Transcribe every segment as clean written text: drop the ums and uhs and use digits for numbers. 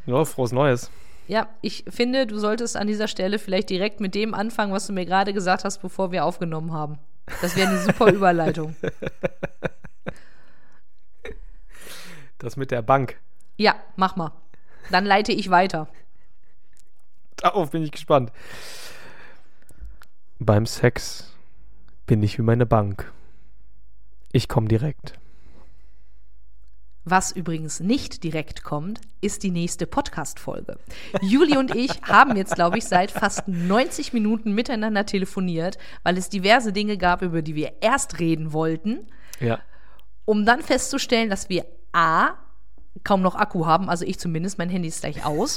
Ja, frohes Neues. Ja, ich finde, du solltest an dieser Stelle vielleicht direkt mit dem anfangen, was du mir gerade gesagt hast, bevor wir aufgenommen haben. Das wäre eine super Überleitung. Das mit der Bank. Ja, mach mal. Dann leite ich weiter. Darauf bin ich gespannt. Beim Sex bin ich wie meine Bank. Ich komme direkt. Was übrigens nicht direkt kommt, ist die nächste Podcast-Folge. Juli und ich haben jetzt, glaube ich, seit fast 90 Minuten miteinander telefoniert, weil es diverse Dinge gab, über die wir erst reden wollten, Ja. um dann festzustellen, dass wir A, kaum noch Akku haben, also ich zumindest, mein Handy ist gleich aus,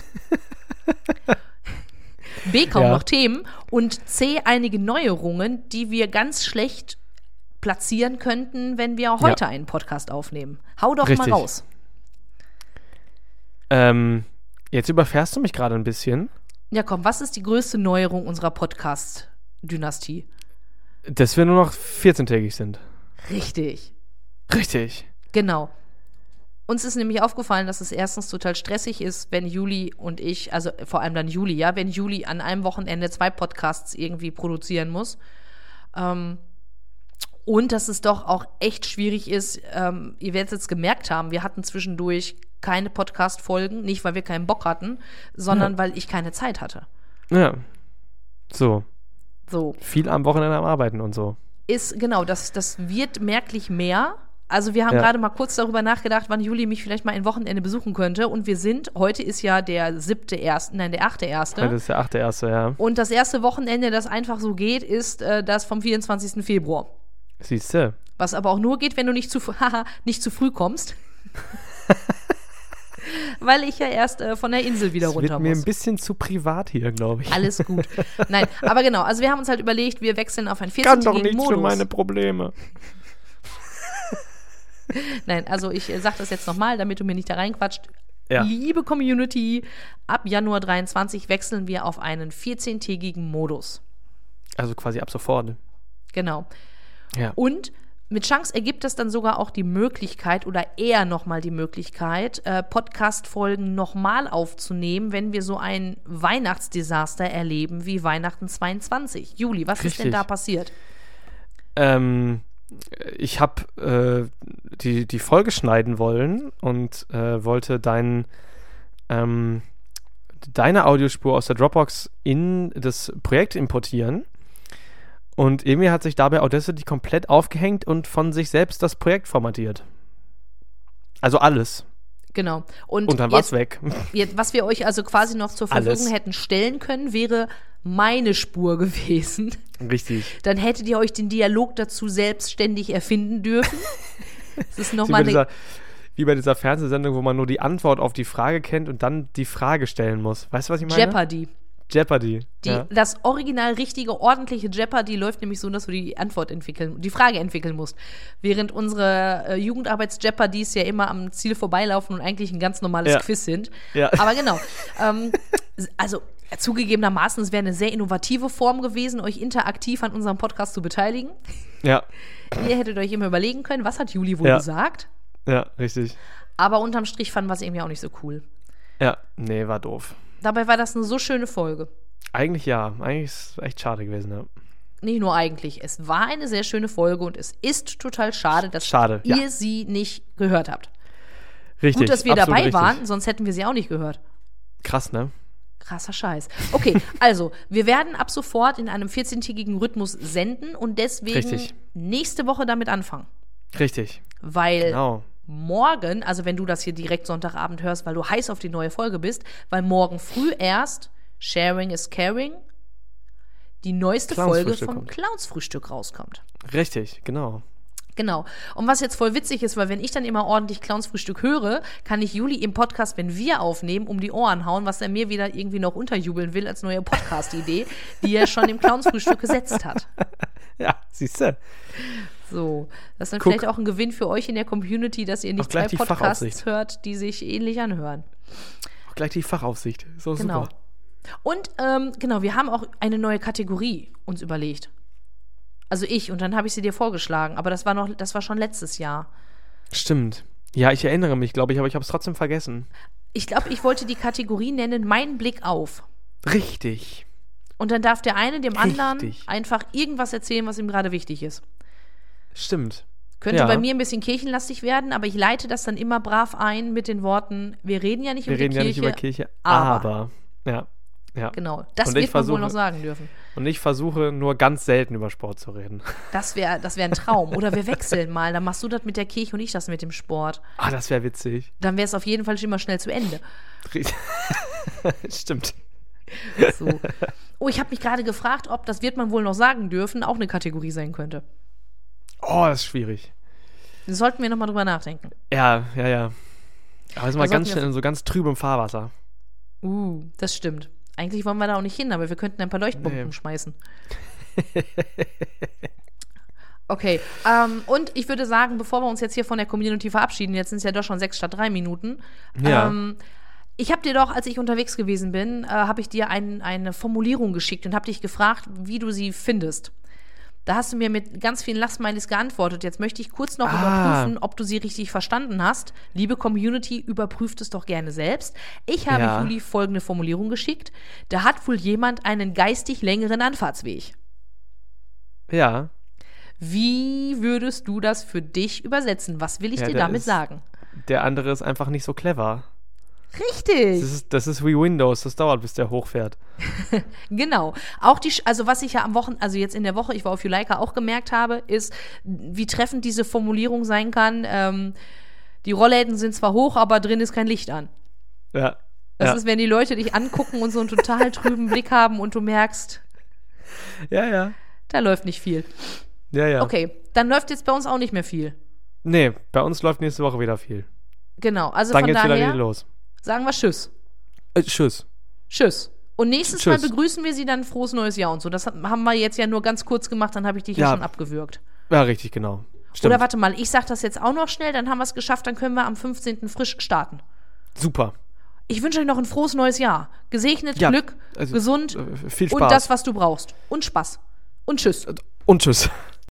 B, kaum noch Themen und C, einige Neuerungen, die wir ganz schlecht platzieren könnten, wenn wir heute einen Podcast aufnehmen. Hau doch mal raus. Jetzt überfährst du mich gerade ein bisschen. Ja, komm, was ist die größte Neuerung unserer Podcast-Dynastie? Dass wir nur noch 14-tägig sind. Richtig. Richtig. Genau. Uns ist nämlich aufgefallen, dass es erstens total stressig ist, wenn Juli und ich, also vor allem dann Juli, ja, wenn Juli an einem Wochenende 2 Podcasts irgendwie produzieren muss. Und dass es doch auch echt schwierig ist, ihr werdet es jetzt gemerkt haben, wir hatten zwischendurch keine Podcast-Folgen, nicht weil wir keinen Bock hatten, sondern weil ich keine Zeit hatte. Ja. So. So. Viel am Wochenende am Arbeiten und so. Genau, das wird merklich mehr. Also wir haben gerade mal kurz darüber nachgedacht, wann Juli mich vielleicht mal ein Wochenende besuchen könnte. Und heute ist ja der 8.1. Heute ist der 8.1., ja. Und das erste Wochenende, das einfach so geht, ist das vom 24. Februar. Siehste. Was aber auch nur geht, wenn du nicht zu früh kommst. Weil ich ja erst von der Insel wieder runter muss. Das wird mir ein bisschen zu privat hier, glaube ich. Alles gut. Nein, aber genau, also wir haben uns halt überlegt, wir wechseln auf einen 14-tägigen Kann doch nichts Modus. für meine Probleme. Nein, also ich sag das jetzt nochmal, damit du mir nicht da reinquatscht. Ja. Liebe Community, ab Januar 23 wechseln wir auf einen 14-tägigen Modus. Also quasi ab sofort. Genau. Ja. Und mit Chance ergibt es dann sogar auch die Möglichkeit oder eher nochmal die Möglichkeit, Podcast-Folgen nochmal aufzunehmen, wenn wir so ein Weihnachtsdesaster erleben wie Weihnachten 22. Juli, was ist denn da passiert? Ich habe die Folge schneiden wollen und wollte deine Audiospur aus der Dropbox in das Projekt importieren. Und irgendwie hat sich dabei Audacity komplett aufgehängt und von sich selbst das Projekt formatiert. Also alles. Genau. Und dann war es weg. Was wir euch also quasi noch zur Verfügung hätten stellen können, wäre meine Spur gewesen. Richtig. Dann hättet ihr euch den Dialog dazu selbstständig erfinden dürfen. Das ist nochmal wie bei dieser Fernsehsendung, wo man nur die Antwort auf die Frage kennt und dann die Frage stellen muss. Weißt du, was ich meine? Jeopardy. Ja. Das original richtige, ordentliche Jeopardy läuft nämlich so, dass du die Frage entwickeln musst. Während unsere Jugendarbeits-Jeopardys ja immer am Ziel vorbeilaufen und eigentlich ein ganz normales Quiz sind. Ja. Aber genau. Also zugegebenermaßen, es wäre eine sehr innovative Form gewesen, euch interaktiv an unserem Podcast zu beteiligen. Ja. Ihr hättet euch immer überlegen können, was hat Juli wohl gesagt? Ja, richtig. Aber unterm Strich fanden wir es irgendwie auch nicht so cool. Ja, nee, war doof. Dabei war das eine so schöne Folge. Eigentlich ja. Eigentlich ist es echt schade gewesen, ja. Nicht nur eigentlich. Es war eine sehr schöne Folge und es ist total schade, dass ihr sie nicht gehört habt. Richtig. Gut, dass wir dabei waren, sonst hätten wir sie auch nicht gehört. Krass, ne? Krasser Scheiß. Okay, also, wir werden ab sofort in einem 14-tägigen Rhythmus senden und deswegen nächste Woche damit anfangen. Richtig. Weil morgen, also wenn du das hier direkt Sonntagabend hörst, weil du heiß auf die neue Folge bist, weil morgen früh erst Sharing is Caring, die neueste Folge vom Clownsfrühstück rauskommt. Richtig, genau. Genau. Und was jetzt voll witzig ist, weil wenn ich dann immer ordentlich Clownsfrühstück höre, kann ich Juli im Podcast, wenn wir aufnehmen, um die Ohren hauen, was er mir wieder irgendwie noch unterjubeln will als neue Podcast-Idee, die er schon im Clownsfrühstück gesetzt hat. Ja, siehst du. So, das ist dann vielleicht auch ein Gewinn für euch in der Community, dass ihr nicht 2 Podcasts hört, die sich ähnlich anhören. Auch gleich die Fachaufsicht. So super. Und wir haben auch eine neue Kategorie uns überlegt. Also und dann habe ich sie dir vorgeschlagen, aber das war schon letztes Jahr. Stimmt. Ja, ich erinnere mich, glaube ich, aber ich habe es trotzdem vergessen. Ich glaube, ich wollte die Kategorie nennen, mein Blick auf. Richtig. Und dann darf der eine dem anderen Richtig. einfach irgendwas erzählen, was ihm gerade wichtig ist. Stimmt. Könnte bei mir ein bisschen kirchenlastig werden, aber ich leite das dann immer brav ein mit den Worten, wir reden ja nicht über Kirche, aber. Ja. Genau, das Und wird man wohl noch sagen dürfen. Und ich versuche nur ganz selten über Sport zu reden. Das wär ein Traum. Oder wir wechseln mal, dann machst du das mit der Kirche und ich das mit dem Sport. Ah, das wäre witzig. Dann wäre es auf jeden Fall immer schnell zu Ende. Stimmt. So. Oh, ich habe mich gerade gefragt, ob das wird man wohl noch sagen dürfen, auch eine Kategorie sein könnte. Oh, das ist schwierig. Da sollten wir nochmal drüber nachdenken. Ja. Aber ist mal ganz schnell in so ganz trübem Fahrwasser. Das stimmt. Eigentlich wollen wir da auch nicht hin, aber wir könnten ein paar Leuchtbomben schmeißen. Okay, und ich würde sagen, bevor wir uns jetzt hier von der Community verabschieden, jetzt sind es ja doch schon 6 statt 3 Minuten. Ja. Ich habe dir doch, als ich unterwegs gewesen bin, habe ich dir eine Formulierung geschickt und habe dich gefragt, wie du sie findest. Da hast du mir mit ganz vielen Lachsmilies geantwortet. Jetzt möchte ich kurz noch überprüfen, ob du sie richtig verstanden hast. Liebe Community, überprüft es doch gerne selbst. Ich habe Juli folgende Formulierung geschickt. Da hat wohl jemand einen geistig längeren Anfahrtsweg. Ja. Wie würdest du das für dich übersetzen? Was will ich dir damit sagen? Der andere ist einfach nicht so clever. Richtig. Das ist wie Windows, das dauert, bis der hochfährt. Genau. Auch also was ich ja also jetzt in der Woche, ich war auf Juleika auch gemerkt habe, ist, wie treffend diese Formulierung sein kann. Die Rollläden sind zwar hoch, aber drin ist kein Licht an. Ja. Das ist, wenn die Leute dich angucken und so einen total trüben Blick haben und du merkst, ja. Da läuft nicht viel. Ja. Okay, dann läuft jetzt bei uns auch nicht mehr viel. Nee, bei uns läuft nächste Woche wieder viel. Genau, also dann von geht's daher wieder los. Sagen wir Tschüss. Tschüss. Tschüss. Und nächstes Mal begrüßen wir sie dann frohes neues Jahr und so. Das haben wir jetzt ja nur ganz kurz gemacht, dann habe ich dich ja schon abgewürgt. Ja, richtig, genau. Stimmt. Oder warte mal, ich sag das jetzt auch noch schnell, dann haben wir es geschafft, dann können wir am 15. frisch starten. Super. Ich wünsche euch noch ein frohes neues Jahr. Gesegnet, Glück, gesund viel Spaß. Und das, was du brauchst. Und Spaß. Und Tschüss. Und Tschüss.